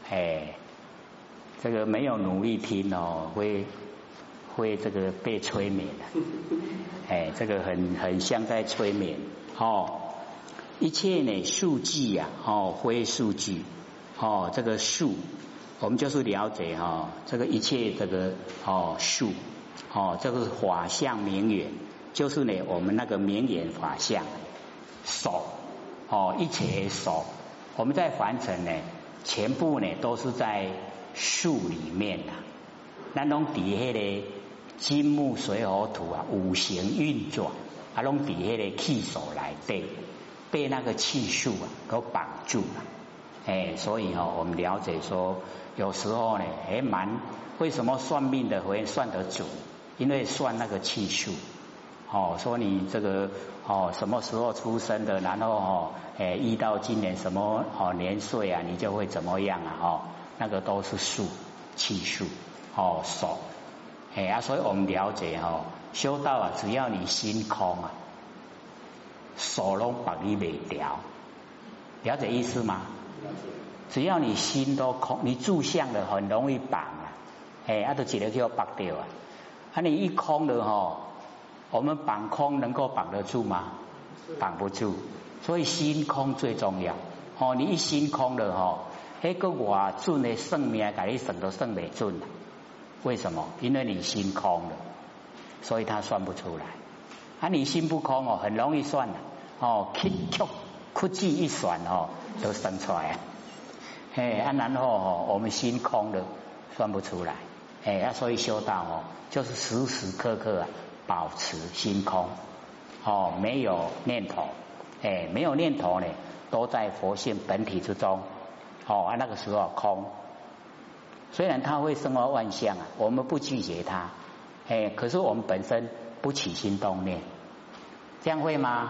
这个没有努力听哦，会这个被催眠的，这个很像在催眠哦。一切呢数据呀，非数据，这个数，我们就是了解这个一切这个数，这个法相名言，就是呢我们那个名言法相手，一切的手，我们在凡尘呢，全部呢都是在数里面啊，咱拢伫迄个金木水火土啊五行运转，拢伫迄个气手内底。被那个气数啊都绑住了，所以我们了解说，有时候呢，为什么算命的会算得准？因为算那个气数，说你这个什么时候出生的，然后遇到今年什么年岁啊，你就会怎么样啊？那个都是数气数手，所以我们了解修道啊，只要你心空啊。手拢绑你袂掉，了解意思吗？了解。只要你心都空，你住相的很容易绑啊，都一个就绑掉啊。你一空了我们绑空能够绑得住吗？绑不住，所以心空最重要。你一心空了迄个外准的算命，给你算都算不准了。为什么？因为你心空了，所以他算不出来。你心不空很容易算的屈指一算就算出来然后我们心空了算不出来所以修道就是时时刻刻保持心空没有念头没有念头呢都在佛性本体之中那个时候空，虽然它会生化万象我们不拒绝它可是我们本身不起心动念，这样会吗？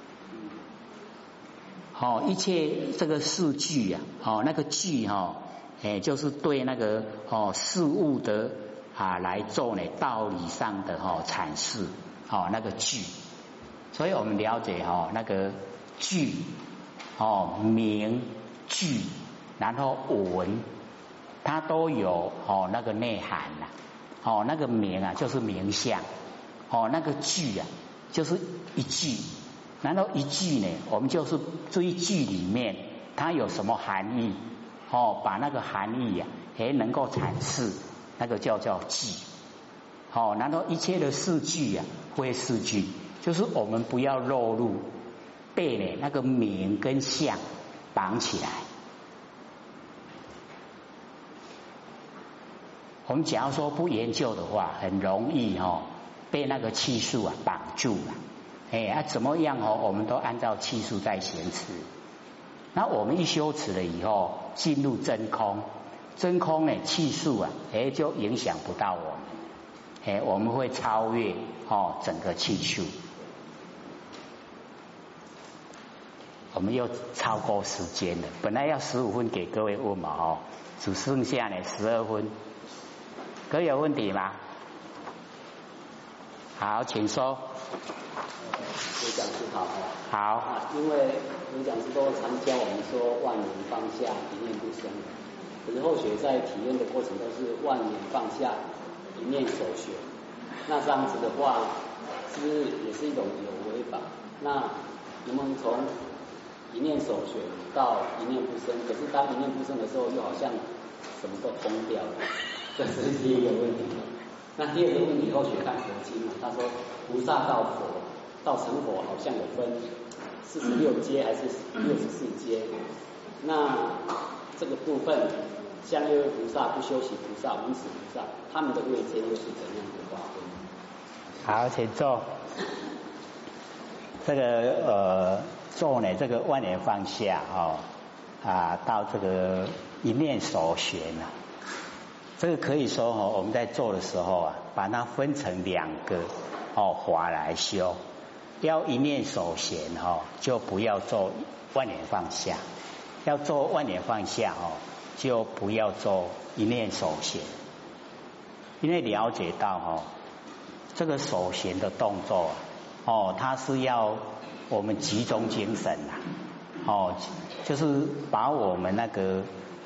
一切这个事句那个句就是对那个事物的来做呢道理上的阐释那个句，所以我们了解那个句名句，然后文，它都有那个内涵那个名就是名相那个句就是一句，然后一句呢我们就是这一句里面它有什么含义把那个含义也能够阐释，那个叫句然后一切的事句非事句，就是我们不要落入被呢那个名跟相绑起来。我们假如说不研究的话，很容易被那个气数绑住了怎么样我们都按照气数在行持。那我们一修持了以后进入真空，真空呢气数就影响不到我们我们会超越整个气数。我们又超过时间了，本来要15分给各位问嘛只剩下呢12分，各位有问题吗？好，请说。 刘讲师好。 好。 因为刘讲师都常教我们说万年放下，一念不生。可是后学在体验的过程都是万年放下，一念守学。那这样子的话，是不是也是一种有违法？那能不能从一念守学到一念不生？可是当一念不生的时候，又好像什么都空掉了。这是第一个问题。那第二个问题，后学看佛经他说菩萨到佛到成佛好像有分46阶还是64阶。那这个部分，像六位菩萨、不修习菩萨、无始菩萨，他们的位阶又是怎样的划分？ 好，请坐。这个做呢，这个万年放下到这个一念守学呢。这个可以说我们在做的时候把它分成2个法来修。要一念守闲就不要做万年放下；要做万年放下就不要做一念守闲。因为了解到这个守闲的动作它是要我们集中精神就是把我们那个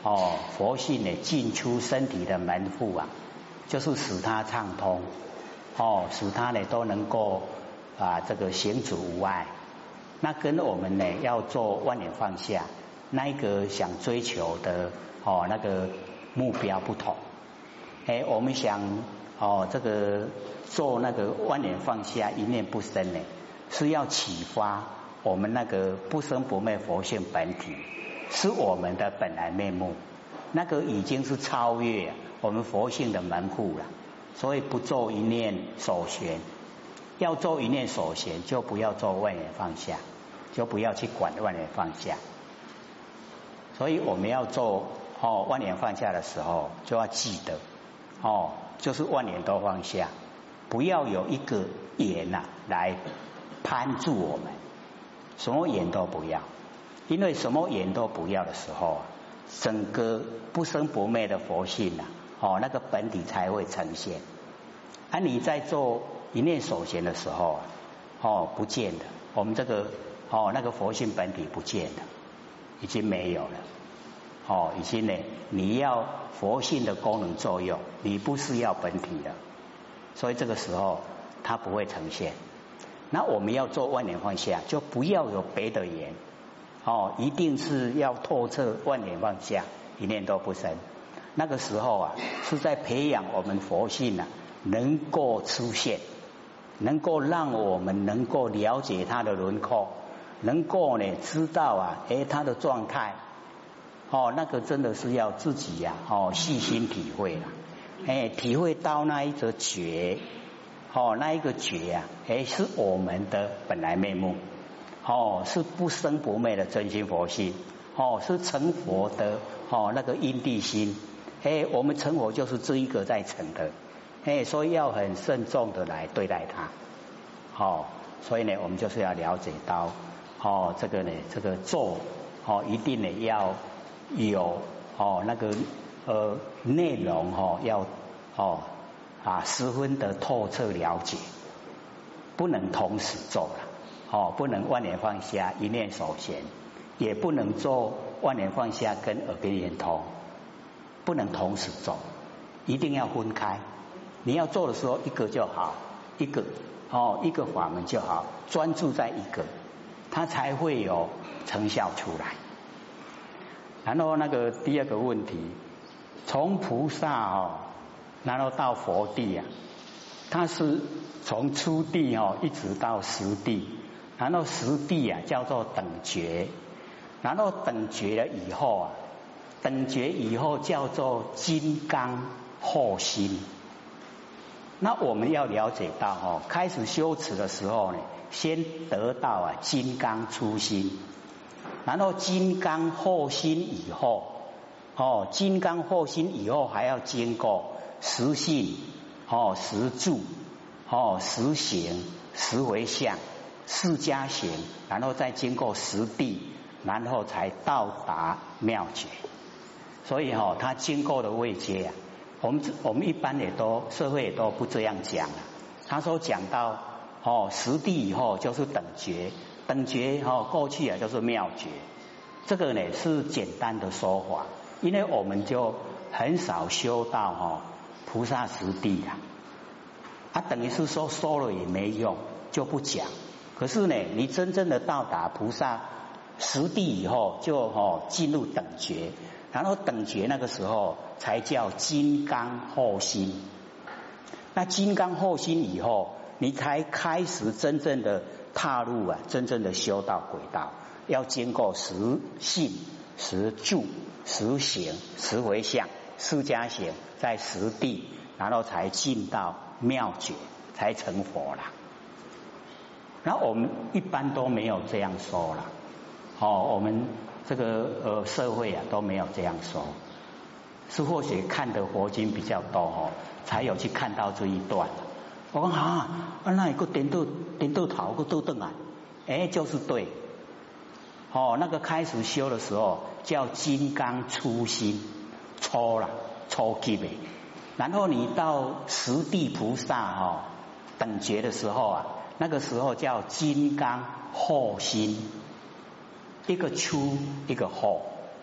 佛性呢进出身体的门户啊，就是使它畅通，使它呢都能够这个行止无碍。那跟我们呢要做万年放下那一个想追求的那个目标不同。我们想这个做那个万年放下一念不生呢，是要启发我们那个不生不灭佛性本体是我们的本来面目，那个已经是超越我们佛性的门户了。所以不做一念首旋，要做一念首旋就不要做万年放下，就不要去管万年放下。所以我们要做万年放下的时候，就要记得就是万年都放下，不要有一个眼来攀住我们，什么眼都不要。因为什么眼都不要的时候整个不生不灭的佛性那个本体才会呈现。你在做一念首旋的时候不见了，我们这个那个佛性本体不见了，已经没有了。已经呢，你要佛性的功能作用，你不是要本体的，所以这个时候它不会呈现。那我们要做万年放下，就不要有别的眼一定是要透彻万年放下，一念都不生。那个时候是在培养我们佛性能够出现，能够让我们能够了解它的轮廓，能够呢知道它的状态。那个真的是要自己细心体会了，体会到那一则觉，那一个觉是我们的本来面目，是不生不灭的真心佛性，是成佛的那个因地心，我们成佛就是这一个在成的，所以要很慎重的来对待它，所以呢，我们就是要了解到，这个呢，这个做一定呢要有那个内容要十分的透彻了解，不能同时做了，不能万年放下一念首旋，也不能做万年放下跟耳边圆通，不能同时做，一定要分开。你要做的时候一个就好，一个法门就好，专注在一个，它才会有成效出来。然后那个第二个问题，从菩萨然后到佛地它是从初地一直到实地，然后实地叫做等觉，然后等觉了以后等觉以后叫做金刚后心。那我们要了解到开始修持的时候呢，先得到金刚初心，然后金刚后心以后，金刚后心以后还要经过实性、实住、实行、实回向、释迦行，然后再经过实地，然后才到达妙觉。所以他经过的位阶我们一般也都社会也都不这样讲他说讲到实地以后就是等觉，等觉过去就是妙觉。这个呢是简单的说法，因为我们就很少修到菩萨实地等于是说说了也没用，就不讲。可是呢，你真正的到达菩萨实地以后，就进入等觉，然后等觉那个时候才叫金刚后心。那金刚后心以后，你才开始真正的踏入真正的修道轨道，要经过实性、实住、实行、实回向、释迦行，在实地，然后才进到妙觉，才成佛啦。然后我们一般都没有这样说啦，我们这个社会都没有这样说，是或许看的佛经比较多才有去看到这一段。我讲那一个点到头个倒转来，就是对。那个开始修的时候叫金刚初心，初级的。然后你到实地菩萨等觉的时候那个时候叫金刚后心，一个初一个后。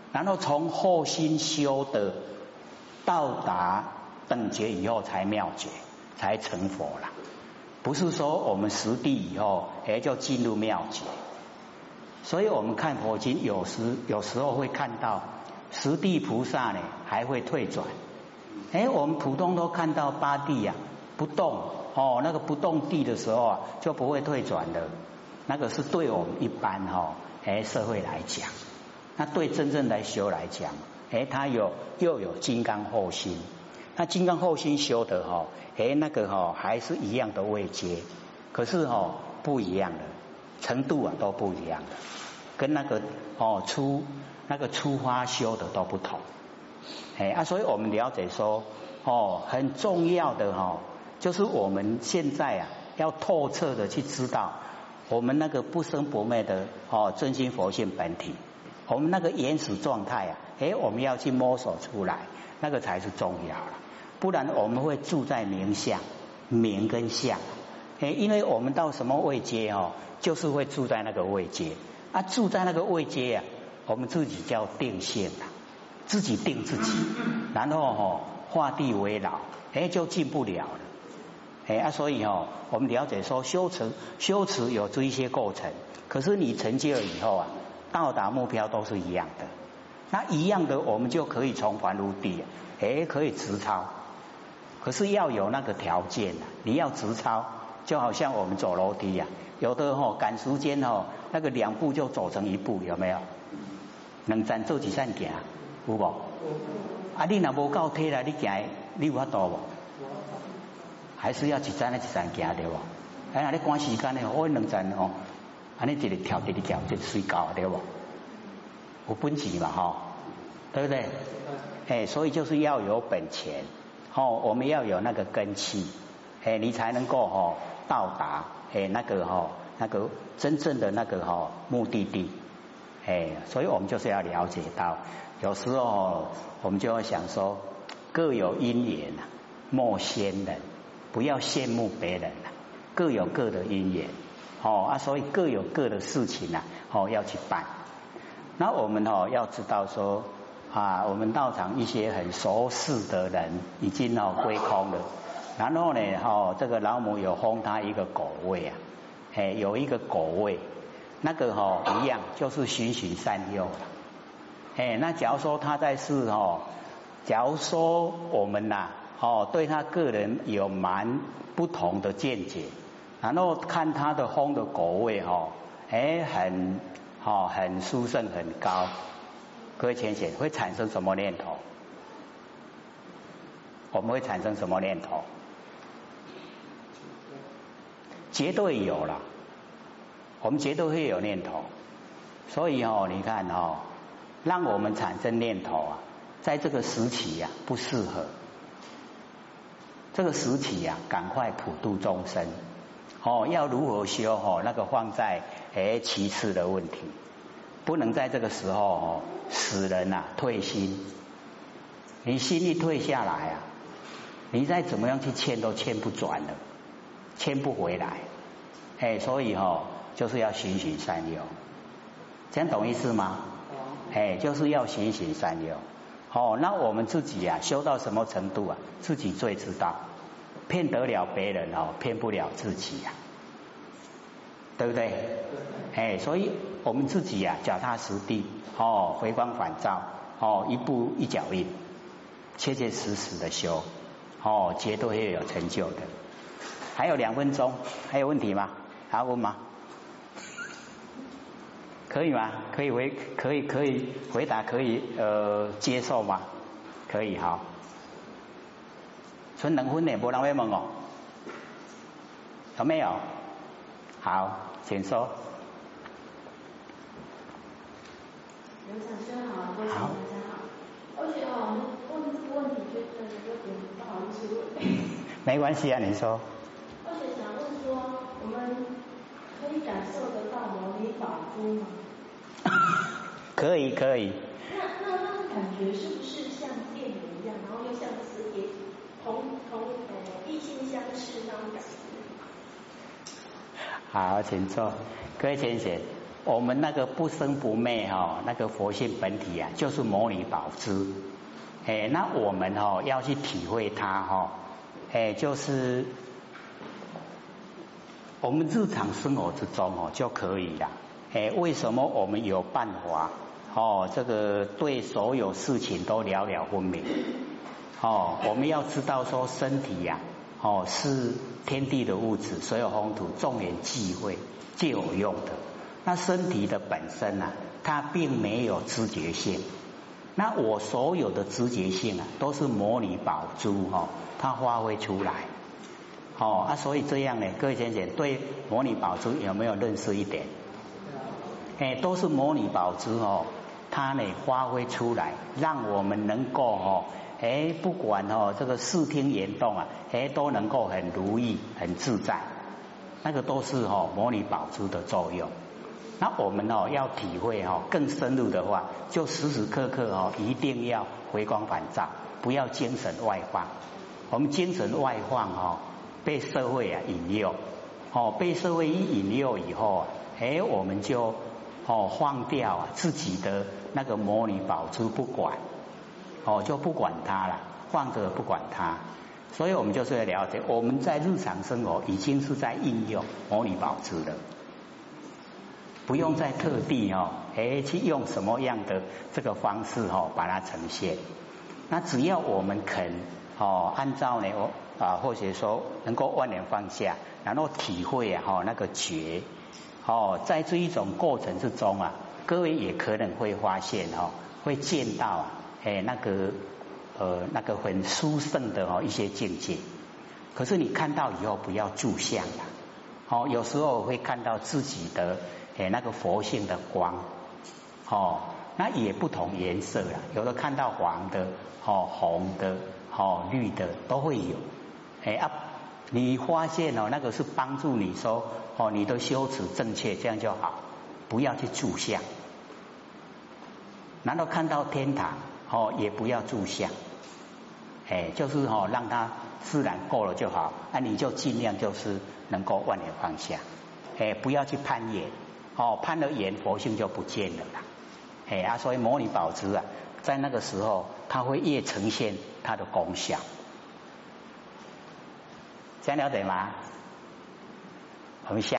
然后从后心修的到达等觉以后才妙觉，才成佛了。不是说我们实地以后就进入妙觉。所以我们看佛经有时候会看到实地菩萨呢还会退转。我们普通都看到八地啊不动那个不动地的时候啊就不会退转的。那个是对我们一般社会来讲，那对真正来修来讲，他又有金刚后心。那金刚后心修的那个还是一样的位阶，可是不一样的程度啊都不一样的，跟那个出发修的都不同。所以我们了解说很重要的就是我们现在要透彻的去知道我们那个不生不灭的真心佛性本体，我们那个原始状态我们要去摸索出来，那个才是重要了。不然我们会住在名相，名跟相，因为我们到什么位阶就是会住在那个位阶住在那个位阶我们自己叫定性自己定自己，然后画地为牢，就进不了了。所以我们了解说修持有这一些过程，可是你成就了以后到达目标都是一样的。那一样的我们就可以从凡入地可以直超，可是要有那个条件你要直超，就好像我们走楼梯有的赶时间那个2步就走成1步，有没有？2站做1站行，有无？你若无够体力你行你有法度无？还是要1站1站行对不？你赶时间我2站你一直跳一直跳就睡觉对不？有本钱嘛对不对？所以就是要有本钱我们要有那个根器你才能够到达那个真正的那个目的地所以我们就是要了解到，有时候我们就会想说各有因缘莫羡人，不要羡慕别人各有各的因缘所以各有各的事情要去办。那我们要知道说我们道场一些很熟识的人已经归空了，然后呢这个老母有封他一个果位有一个果位，那个一样就是循循善诱了那假如说他在世假如说我们对他个人有蛮不同的见解，然后看他的封的果位很殊胜很高，各位浅显会产生什么念头？我们会产生什么念头？绝对有了，我们绝对会有念头。所以你看让我们产生念头在这个时期不适合。这个时期赶快普度众生要如何修那个放在其次的问题，不能在这个时候使人退心。你心一退下来你再怎么样去牵都牵不转了，牵不回来所以就是要循循善诱，这样懂意思吗？就是要循循善诱那我们自己修到什么程度自己最知道，骗得了别人骗不了自己对不对？所以我们自己脚踏实地回光返照一步一脚印，切切实实的修绝对会有成就的。还有2分钟，还有问题吗？还要问吗？可以吗？可以回答，可以接受吗？可以好。剩2分呢，没人要问有没有？好，请说。 刘长生好，各位大家好。我觉得问这个问题就真的有点不好意思问。 没关系你说。 我想问说，我们可以感受得到摩尼宝珠吗？ 可以。 那感觉是不是像电影一样，然后又像磁铁同异性相斥那种感觉？ 好，请坐。各位先生， 我们那个不生不灭那个佛性本体啊，就是摩尼宝珠。那我们要去体会它就是我们日常生活之中就可以了。为什么我们有办法这个对所有事情都了了分明？我们要知道说身体呀是天地的物质，所有风土众缘际会皆有用的。那身体的本身啊，它并没有知觉性。那我所有的知觉性啊，都是摩尼宝珠它发挥出来。所以这样呢，各位先生对摩尼宝珠有没有认识一点？都是摩尼宝珠它呢发挥出来，让我们能够不管这个视听言动啊，都能够很如意、很自在。那个都是摩尼宝珠的作用。那我们要体会更深入的话，就时时刻刻一定要回光返照，不要精神外放。我们精神外放被社会引诱，被社会一引诱以后我们就放掉自己的那个摩尼宝珠不管，就不管它了，放着不管它。所以我们就是要了解，我们在日常生活已经是在应用摩尼宝珠的，不用再特地去用什么样的这个方式把它呈现。那只要我们肯按照呢或者说能够万年放下，然后体会那个觉在这一种过程之中啊，各位也可能会发现会见到那个很殊胜的一些境界。可是你看到以后不要住相了有时候会看到自己的那个佛性的光那也不同颜色了，有的看到黄的红的绿的都会有你发现那个是帮助你说你的修持正确，这样就好，不要去住相。难道看到天堂也不要住相，就是让它自然够了就好你就尽量就是能够万年放下，不要去攀岩攀了岩佛性就不见了啦所以摩尼宝珠啊，在那个时候它会越呈现它的功效。这样了解吗？我们下